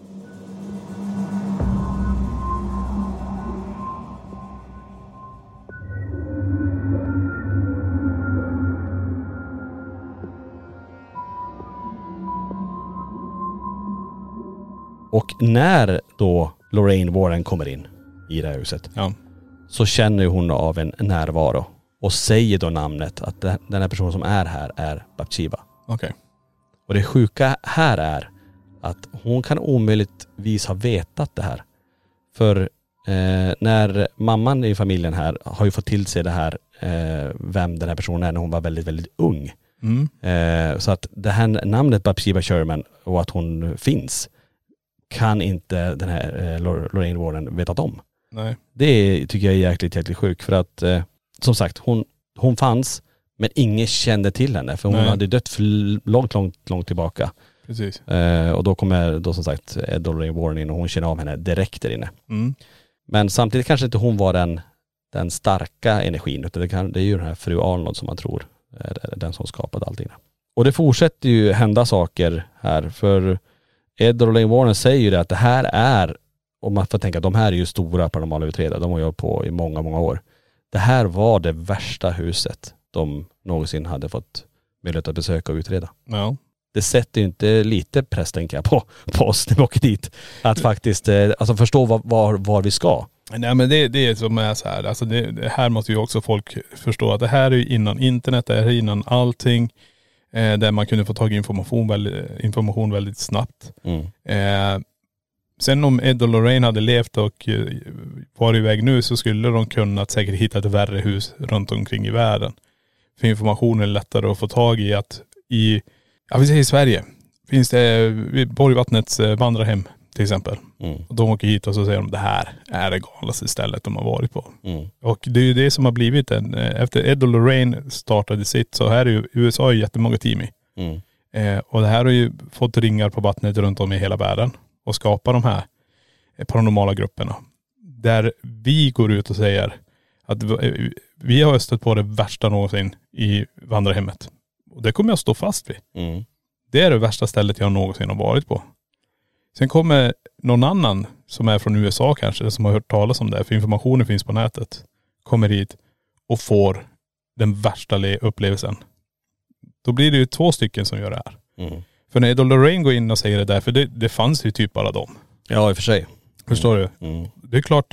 S6: Och när då Lorraine Warren kommer in i det här huset,
S7: Ja.
S6: så känner hon av en närvaro och säger då namnet, att den här personen som är här är Bathsheba.
S7: Okej. Okay.
S6: Och det sjuka här är att hon kan omöjligtvis ha vetat det här. För eh, när mamman i familjen här har ju fått till sig det här, eh, vem den här personen är, när hon var väldigt, väldigt ung.
S7: Mm.
S6: Eh, så att det här namnet Bathsheba Sherman och att hon finns kan inte den här eh, Lorraine Warren vetat om.
S7: Nej.
S6: Det tycker jag är jäkligt, jäkligt sjukt, för att eh, som sagt, hon, hon fanns, men ingen kände till henne, för hon
S7: Nej.
S6: hade dött för långt, långt, långt tillbaka.
S7: Precis.
S6: Eh, och då kommer då som sagt Ed och Lorraine Warren in och hon känner av henne direkt där inne.
S7: Mm.
S6: Men samtidigt kanske inte hon var den, den starka energin, utan det, kan, det är ju den här fru Arnold som man tror är den som skapade allting. Och det fortsätter ju hända saker här, för Ed och Lorraine Warren säger ju det att det här är, om man får tänka att de här är ju stora paranormala utredare, de har jobbat på i många, många år. Det här var det värsta huset de någonsin hade fått möjlighet att besöka och utreda.
S7: Ja.
S6: Det sätter ju inte lite press, tänker jag, på, på oss när vi åker dit. Att faktiskt alltså förstå var, var, var vi ska.
S7: Nej men det, det är som är så här, alltså det, det här måste ju också folk förstå, att det här är ju innan internet, det här är innan allting. Eh, där man kunde få tag i information väldigt, information väldigt snabbt.
S6: Mm.
S7: Eh, sen om Ed och Lorraine hade levt och eh, varit iväg nu, så skulle de kunnat säkert hitta ett värre hus runt omkring i världen. För informationen är lättare att få tag i. Att i, ja vi säger i Sverige, finns det vid Borgvattnets eh, vandrarhem till exempel.
S6: Mm.
S7: Och de åker hit och så säger de, det här är det galnaste stället de har varit på.
S6: Mm.
S7: Och det är ju det som har blivit en, efter Ed och Lorraine startade sitt, så här är ju U S A är jättemånga team i.
S6: Mm.
S7: Eh, och det här har ju fått ringar på vattnet runt om i hela världen och skapa de här paranormala grupperna. Där vi går ut och säger Att vi har stött på det värsta någonsin i vandrarhemmet. Och det kommer jag stå fast vid.
S6: Mm.
S7: Det är det värsta stället jag någonsin har varit på. Sen kommer någon annan som är från U S A kanske, som har hört talas om det, för informationen finns på nätet, kommer hit och får den värsta upplevelsen. Då blir det ju två stycken som gör det här.
S6: Mm.
S7: För när Ed och Lorraine går in och säger det där, för det, det fanns ju typ bara dem.
S6: Ja, i och för sig.
S7: Förstår
S6: mm.
S7: du?
S6: Mm.
S7: Det är klart,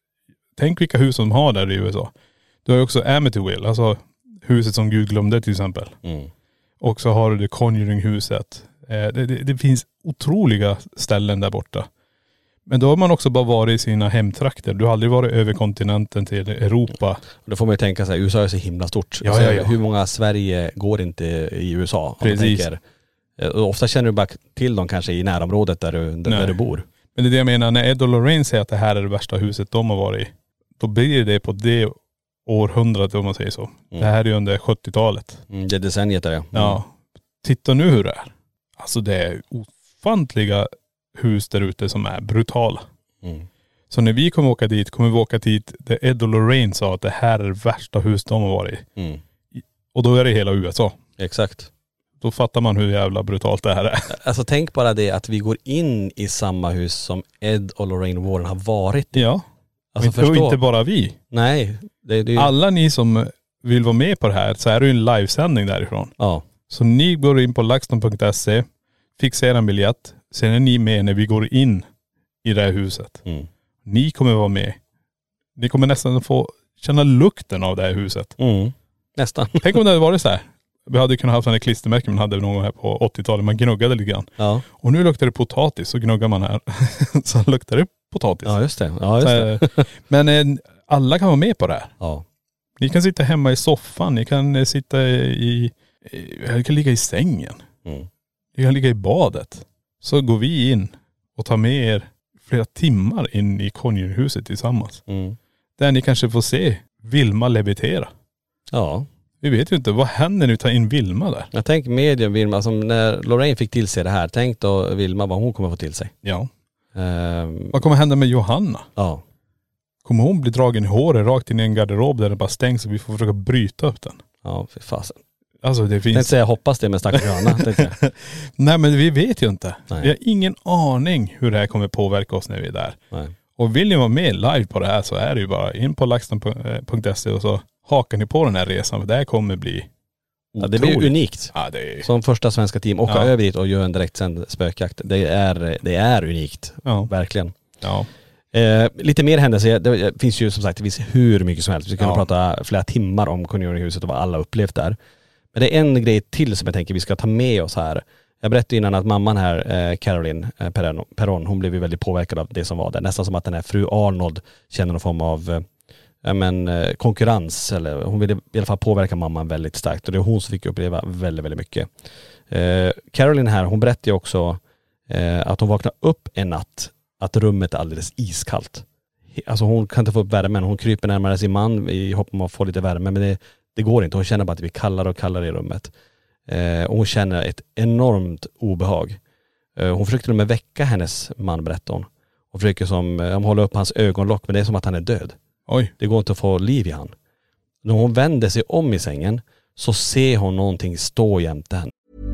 S7: tänk vilka hus de har där i U S A. Du har ju också Amityville, alltså huset som Gud glömde till exempel.
S6: Mm.
S7: Och så har du det Conjuring-huset. Eh, det, det, det finns otroliga ställen där borta. Men då har man också bara varit i sina hemtrakter. Du har aldrig varit över kontinenten till Europa.
S6: Då får man ju tänka sig, U S A är så himla stort.
S7: Ja,
S6: alltså,
S7: ja, ja.
S6: Hur många Sverige går inte i U S A?
S7: Precis.
S6: Tänker, och ofta känner du bara till dem kanske i närområdet där du, där, där du bor.
S7: Men det är det jag menar, när Ed och Lorraine säger att det här är det värsta huset de har varit i, då blir det på det århundradet om man säger så. Mm. Det här är ju under sjuttiotalet.
S6: Mm, det är decenniet är det. Mm.
S7: Ja. Titta nu hur det är. Alltså det är ofantliga hus där ute som är brutala.
S6: Mm.
S7: Så när vi kommer åka dit, kommer vi åka dit där Ed och Lorraine sa att det här är det värsta hus de har varit i.
S6: Mm.
S7: Och då är det hela U S A.
S6: Exakt.
S7: Då fattar man hur jävla brutalt det här är.
S6: Alltså tänk bara det att vi går in i samma hus som Ed och Lorraine Warren har varit.
S7: Ja.
S6: Alltså
S7: och inte, och inte bara vi.
S6: Nej. Det, det...
S7: Alla ni som vill vara med på det här, så är det ju en livesändning därifrån.
S6: Ja.
S7: Så ni går in på laxton punkt se, fixar en biljett. Sen är ni med när vi går in i det här huset.
S6: Mm.
S7: Ni kommer vara med. Ni kommer nästan få känna lukten av det här huset.
S6: Mm. Nästan.
S7: Tänk om det hade varit så här. Vi hade kunnat ha sådana klistermärken man hade någon gång här på åttiotalet. Man gnuggade lite grann.
S6: Ja.
S7: Och nu luktar det potatis, så gnuggar man här. Så luktar det potatis.
S6: Ja just det. Ja, just det.
S7: Så, men eh, alla kan vara med på det här.
S6: Ja.
S7: Ni kan sitta hemma i soffan. Ni kan eh, sitta i, i, ni kan ligga i sängen.
S6: Mm.
S7: Ni kan ligga i badet. Så går vi in och tar med er flera timmar in i Conjuringhuset tillsammans.
S6: Mm.
S7: Där ni kanske får se Vilma levitera.
S6: Ja.
S7: Vi vet ju inte, vad händer när du tar in Vilma där?
S6: Jag tänker medium Vilma, som när Lorraine fick till sig det här, tänk då Vilma vad hon kommer få till sig.
S7: Ja.
S6: Um,
S7: vad kommer hända med Johanna?
S6: Ja.
S7: Kommer hon bli dragen i håret rakt in i en garderob där det bara stängs och vi får försöka bryta upp den?
S6: Ja, för fasen.
S7: Alltså det finns...
S6: Jag tänkte säga hoppas det med stackars Johanna.
S7: Nej men vi vet ju inte.
S6: Nej.
S7: Vi har ingen aning hur det här kommer påverka oss när vi är där.
S6: Nej.
S7: Och vill ni vara med live på det här så är det ju bara in på laxton punkt se och så hakar ni på den här resan. För det här kommer bli
S6: ja, det blir unikt.
S7: Ja, det är...
S6: Som första svenska team åka
S7: ja.
S6: över dit och göra en direktsänd spökjakt. Det är, det är unikt.
S7: Ja.
S6: Verkligen.
S7: Ja.
S6: Eh, lite mer händelser. Det finns ju som sagt, det finns hur mycket som helst. Vi kan
S7: ja.
S6: prata flera timmar om Conjuringhuset och vad alla upplevt där. Men det är en grej till som jag tänker vi ska ta med oss här. Jag berättade innan att mamman här, eh, Caroline eh, Perron, hon blev ju väldigt påverkad av det som var där. Nästan som att den här fru Arnold känner någon form av eh, men, eh, konkurrens. Eller, hon ville i alla fall påverka mamman väldigt starkt. Och det är hon som fick uppleva väldigt, väldigt mycket. Eh, Caroline här, hon berättade ju också eh, att hon vaknade upp en natt att rummet är alldeles iskallt. Alltså hon kan inte få upp värmen. Hon kryper närmare sin man i hopp om att få lite värme. Men det, det går inte. Hon känner bara att det blir kallare och kallare i rummet. Eh, och hon känner ett enormt obehag. Eh, hon försökte med väcka hennes man, berättade hon. Hon försöker som, eh, hålla upp hans ögonlock, men det är som att han är död.
S7: Oj.
S6: Det går inte att få liv i han. När hon vänder sig om i sängen så ser hon någonting stå jämte henne.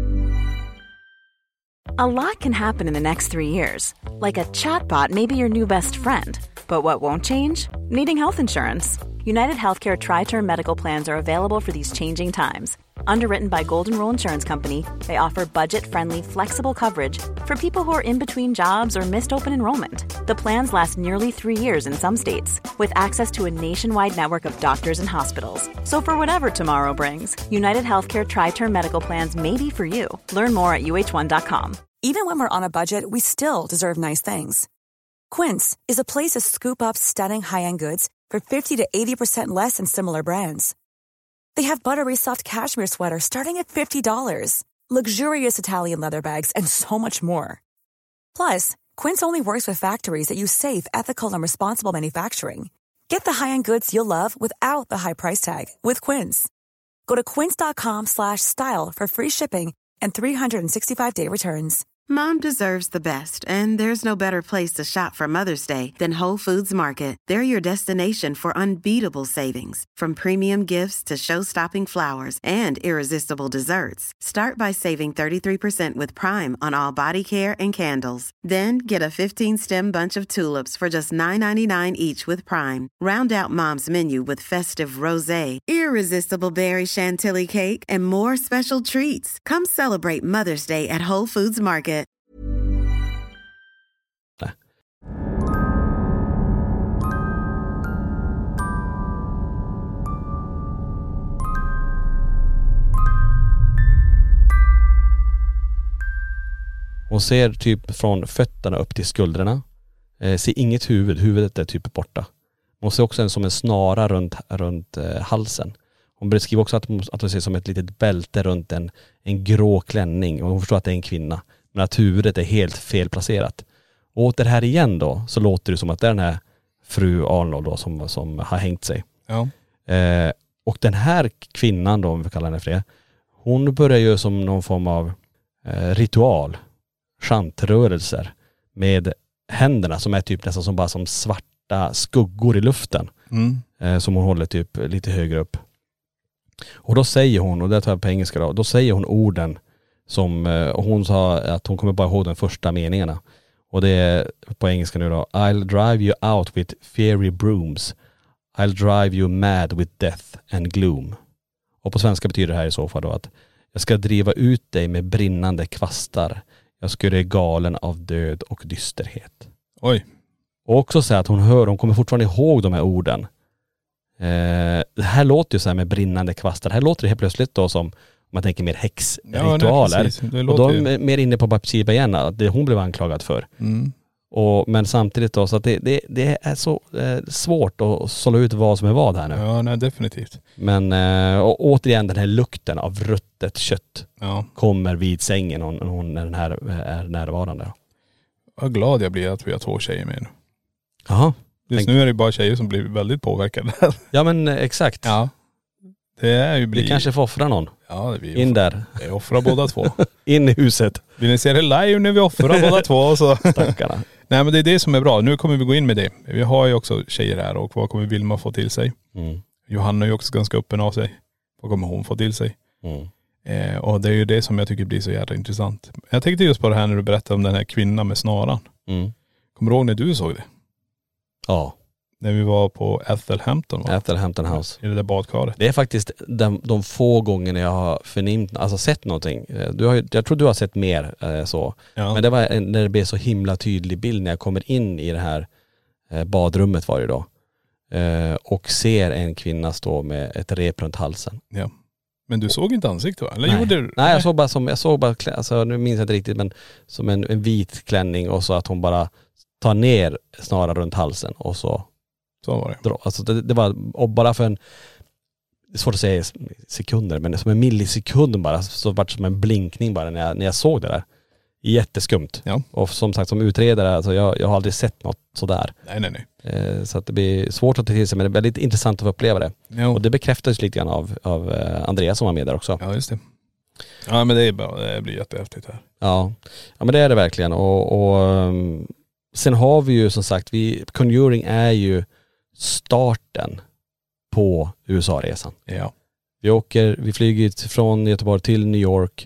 S10: A lot can happen in the next three years. Like a chatbot may be your new best friend. But what won't change? Needing health insurance. United Healthcare Tri-Term Medical Plans are available for these changing times. Underwritten by Golden Rule Insurance Company, they offer budget-friendly, flexible coverage for people who are in between jobs or missed open enrollment. The plans last nearly three years in some states, with access to a nationwide network of doctors and hospitals. So for whatever tomorrow brings, United Healthcare Tri-Term Medical Plans may be for you. Learn more at U H one dot com.
S11: Even when we're on a budget, we still deserve nice things. Quince is a place to scoop up stunning high-end goods for fifty to eighty percent less than similar brands. They have buttery soft cashmere sweaters starting at fifty dollars, luxurious Italian leather bags, and so much more. Plus, Quince only works with factories that use safe, ethical, and responsible manufacturing. Get the high-end goods you'll love without the high price tag with Quince. Go to quince dot com slash style for free shipping and three hundred sixty-five day returns.
S12: Mom deserves the best, and there's no better place to shop for Mother's Day than Whole Foods Market. They're your destination for unbeatable savings, from premium gifts to show-stopping flowers and irresistible desserts. Start by saving thirty-three percent with Prime on all body care and candles. Then get a fifteen-stem bunch of tulips for just nine ninety-nine each with Prime. Round out Mom's menu with festive rosé, irresistible berry chantilly cake, and more special treats. Come celebrate Mother's Day at Whole Foods Market.
S6: Hon ser typ från fötterna upp till skulderna. Eh, ser inget huvud. Huvudet är typ borta. Hon ser också en som en snara runt, runt eh, halsen. Hon beskriver också att, att hon ser som ett litet bälte runt en, en grå klänning. Och hon förstår att det är en kvinna. Men att huvudet är helt felplacerat. Och åter här igen då så låter det som att det är den här fru Arnold då som, som har hängt sig.
S7: Ja.
S6: Eh, och den här kvinnan då, om vi kallar henne för det. Hon börjar ju som någon form av eh, ritual. Chantrörelser med händerna som är typ nästan som bara som svarta skuggor i luften.
S7: Mm.
S6: Eh, som hon håller typ lite högre upp. Och då säger hon, och det tar jag på engelska då, då säger hon orden som, och hon sa att hon kommer bara ihåg de första meningarna. Och det är på engelska nu då. I'll drive you out with fiery brooms. I'll drive you mad with death and gloom. Och på svenska betyder det här i så fall då att jag ska driva ut dig med brinnande kvastar. Jag ska göra dig galen av död och dysterhet.
S7: Oj.
S6: Och också säga att hon hör, hon kommer fortfarande ihåg de här orden. Eh, det här låter ju så här med brinnande kvastar. Det här låter det helt plötsligt då som man tänker mer häxritualer. Ja, och då är ju mer inne på Bathsheba igen, det hon blev anklagad för.
S7: Mm.
S6: Och, men samtidigt då, så att det, det, det är så eh, svårt att sålla ut vad som är vad här nu.
S7: Ja, nej, definitivt.
S6: Men eh, och återigen den här lukten av ruttet kött
S7: ja.
S6: kommer vid sängen när hon, hon när den här är närvarande.
S7: Vad glad jag blir att vi har två tjejer med nu.
S6: Jaha.
S7: Just nu är det bara tjejer som blir väldigt påverkade.
S6: Ja men exakt.
S7: Ja. Det är ju blir...
S6: Vi kanske får offra någon.
S7: Ja, det blir
S6: in
S7: offra.
S6: där.
S7: Vi offrar båda två.
S6: In i huset.
S7: Vill ni se det live när vi offrar båda två? Så.
S6: Stackarna.
S7: Nej men det är det som är bra. Nu kommer vi gå in med det. Vi har ju också tjejer här och vad kommer Vilma få till sig?
S6: Mm.
S7: Johanna är ju också ganska öppen av sig. Vad kommer hon få till sig?
S6: Mm.
S7: Eh, och det är ju det som jag tycker blir så jävla intressant. Jag tänkte just på det här när du berättade om den här kvinnan med snaran.
S6: Mm.
S7: Kommer du ihåg när du såg det?
S6: Ja.
S7: När vi var på Athelhampton va?
S6: Athelhampton House.
S7: I det där badkaret.
S6: Det är faktiskt de, de få gångerna jag har förnimt, alltså sett någonting. Du har, jag tror du har sett mer eh, så.
S7: Ja.
S6: Men det var när det blev så himla tydlig bild när jag kommer in i det här eh, badrummet varje dag. Eh, och ser en kvinna stå med ett rep runt halsen.
S7: Ja. Men du såg inte ansiktet va? Eller
S6: Nej.
S7: gjorde du?
S6: Nej, jag såg bara som, jag såg bara, alltså nu minns jag inte riktigt, men som en, en vit klänning och så att hon bara tar ner snarare runt halsen och så.
S7: Så var det.
S6: Alltså det, det var, och bara för en, det är svårt att säga sekunder, men som en millisekund bara, så var det som en blinkning bara när jag, när jag såg det där. Jätteskumt.
S7: Ja.
S6: Och som sagt som utredare, alltså jag, jag har aldrig sett något sådär.
S7: Nej, nej, nej.
S6: Eh, så att det blir svårt att ta till sig, men det är väldigt intressant att få uppleva det.
S7: Jo.
S6: Och det bekräftades lite grann av, av eh, Andreas som var med där också.
S7: Ja, just det. Ja, men det är bra. Det blir jättehäftigt här.
S6: Ja, ja men det är det verkligen. Och, och um, sen har vi ju som sagt, vi, Conjuring är ju starten på U S A-resan.
S7: Ja.
S6: Vi åker, vi flyger från Göteborg till New York.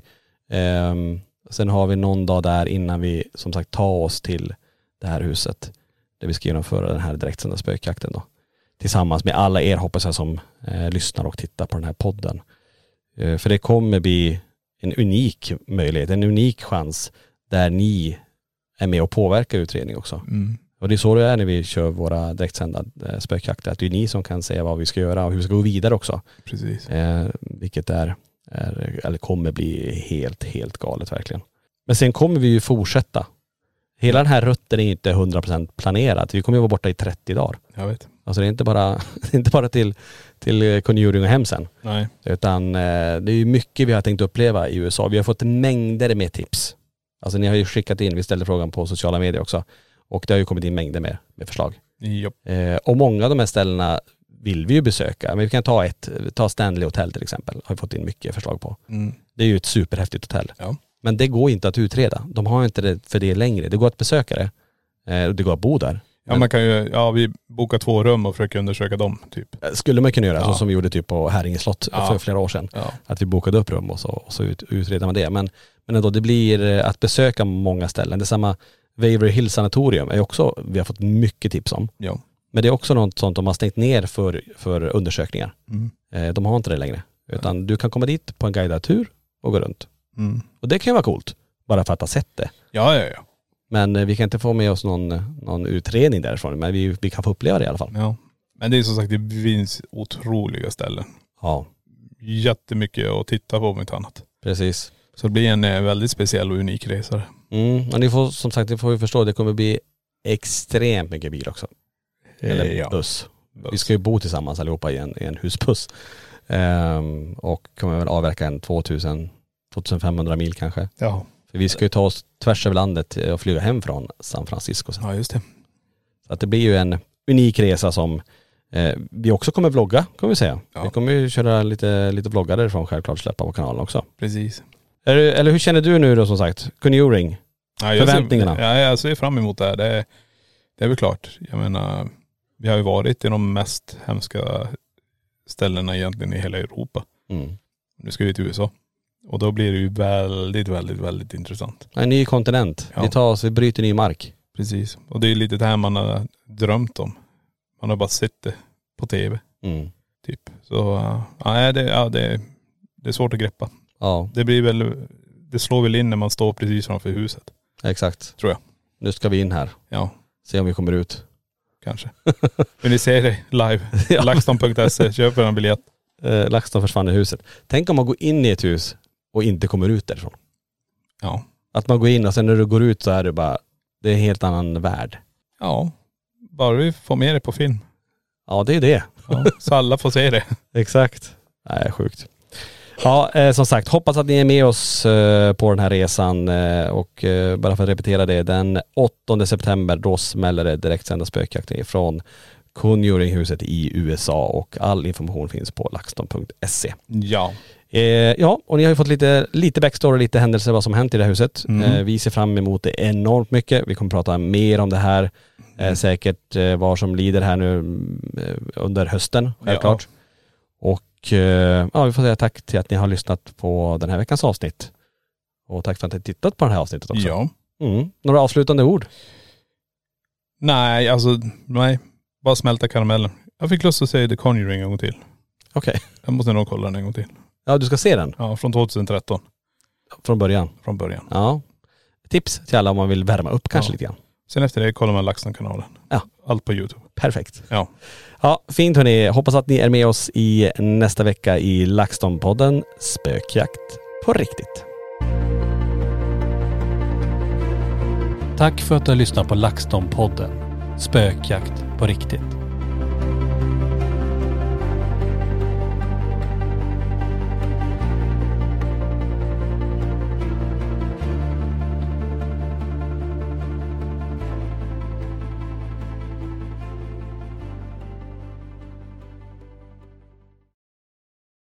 S6: Um, sen har vi någon dag där innan vi som sagt tar oss till det här huset där vi ska genomföra den här direktsända spökjakten då. Tillsammans med alla er hoppas jag som eh, lyssnar och tittar på den här podden. Eh, för det kommer bli en unik möjlighet, en unik chans där ni är med och påverkar utredning också.
S7: Mm.
S6: Och det är så det är när vi kör våra direktsända eh, spökjakter, att det är ni som kan säga vad vi ska göra och hur vi ska gå vidare också.
S7: Precis.
S6: Eh, vilket är, är, eller kommer bli helt, helt galet verkligen. Men sen kommer vi ju fortsätta. Hela den här rutten är inte hundra procent planerad. Vi kommer ju vara borta i trettio dagar.
S7: Jag vet.
S6: Alltså det är inte bara, inte bara till, till Conjuring och hem sen.
S7: Nej.
S6: Utan eh, det är ju mycket vi har tänkt uppleva i U S A. Vi har fått mängder med tips. Alltså ni har ju skickat in, vi ställde frågan på sociala medier också. Och det har ju kommit in mängder med, med förslag. Eh, och många av de här ställena vill vi ju besöka. Men vi kan ta ett, ta Stanley Hotel till exempel. Har vi fått in mycket förslag på.
S7: Mm.
S6: Det är ju ett superhäftigt hotell.
S7: Ja.
S6: Men det går inte att utreda. De har inte det för det längre. Det går att besöka det. Eh, det går att bo där.
S7: Ja, man kan ju, ja vi bokar två rum och försöker undersöka dem typ.
S6: Skulle man kunna göra,
S7: ja.
S6: så som vi gjorde typ på Häringe slott ja. för flera år sedan.
S7: Ja.
S6: Att vi bokade upp rum och så, och så ut, utreder man det. Men, men ändå, det blir att besöka många ställen. Det är samma Waverly Hills sanatorium är också, vi har fått mycket tips om.
S7: Ja.
S6: Men det är också något sånt de har stängt ner för, för undersökningar.
S7: Mm.
S6: Eh, de har inte det längre. Utan ja. du kan komma dit på en guidad tur och gå runt.
S7: Mm.
S6: Och det kan ju vara coolt. Bara för att ha sett det.
S7: Ja, ja, ja.
S6: Men eh, vi kan inte få med oss någon, någon utredning därifrån. Men vi, vi kan få uppleva det i alla fall.
S7: Ja. Men det är som sagt, det finns otroliga ställen.
S6: Ja.
S7: Jättemycket att titta på om inte annat.
S6: Precis.
S7: Så det blir en eh, väldigt speciell och unik resa.
S6: Mm. Och ni får, som sagt, det får vi förstå, det kommer bli extremt mycket bil också. Eller
S7: ja.
S6: buss.
S7: buss.
S6: Vi ska ju bo tillsammans allihopa i en, i en husbuss. Ehm, och kommer väl avverka en tvåtusen till tvåtusenfemhundra mil kanske.
S7: Ja.
S6: För vi ska ju ta oss tvärs över landet och flyga hem från San Francisco sen.
S7: Ja, just det.
S6: Så att det blir ju en unik resa som eh, vi också kommer vlogga, kan vi säga. Ja. Vi kommer ju köra lite, lite vloggar därifrån, självklart släppa på kanalen också.
S7: Precis.
S6: Är, eller hur känner du nu då, som sagt? Conjuring?
S7: Ja, jag
S6: Förväntningarna?
S7: Ser, ja, jag ser fram emot det här. Det, det är väl klart. Jag menar, vi har ju varit i de mest hemska ställena egentligen i hela Europa.
S6: Mm.
S7: Nu ska vi till U S A. Och då blir det ju väldigt, väldigt, väldigt intressant.
S6: En ny kontinent. Ja. Vi tar oss, vi bryter ny mark.
S7: Precis. Och det är lite det här man har drömt om. Man har bara sett det på tv.
S6: Mm.
S7: Typ. Så ja, det, ja, det, det är svårt att greppa.
S6: Ja.
S7: Det blir väl, det slår väl in när man står precis framför huset.
S6: Exakt.
S7: Tror jag.
S6: Nu ska vi in här.
S7: Ja.
S6: Se om vi kommer ut.
S7: Kanske. Men ni ser det live.
S6: Ja.
S7: LaxTon punkt se. Köper en biljett.
S6: Eh, LaxTon försvann i huset. Tänk om man går in i ett hus och inte kommer ut därifrån.
S7: Ja.
S6: Att man går in och sen när du går ut så är det bara, det är en helt annan värld.
S7: Ja. Bara vi får med det på film.
S6: Ja, det är det.
S7: Ja, så alla får se det.
S6: Exakt. Nej, sjukt. Ja, eh, som sagt, hoppas att ni är med oss eh, på den här resan eh, och eh, bara för att repetera det, den åttonde september då smäller det direktsända spökjakten från Conjuringhuset i U S A och all information finns på LaxTon punkt se.
S7: Ja.
S6: Eh, ja, och ni har ju fått lite, lite backstory, lite händelser vad som hänt i det här huset.
S7: Mm.
S6: Eh, vi ser fram emot det enormt mycket. Vi kommer prata mer om det här eh, säkert eh, vad som lider här nu eh, under hösten, självklart. Ja. Och eh, ja, vi får säga tack till att ni har lyssnat på den här veckans avsnitt. Och tack för att ni har tittat på det här avsnittet också.
S7: Ja.
S6: Mm. Några avslutande ord?
S7: Nej, alltså nej. Bara smälta karamellen. Jag fick lust att säga The Conjuring en gång till.
S6: Okej. Okay.
S7: Jag måste nog kolla den en gång till.
S6: Ja, du ska se den?
S7: Ja, från tjugohundratretton.
S6: Från början?
S7: Från början.
S6: Ja. Tips till alla om man vill värma upp kanske
S7: ja.
S6: lite grann.
S7: Sen efter det kollar man LaxTon-kanalen.
S6: Ja.
S7: Allt på YouTube.
S6: Perfekt.
S7: Ja.
S6: Ja, fint hörni. Hoppas att ni är med oss i nästa vecka i LaxTon-podden Spökjakt på riktigt.
S13: Tack för att du har lyssnat på LaxTon-podden Spökjakt på riktigt.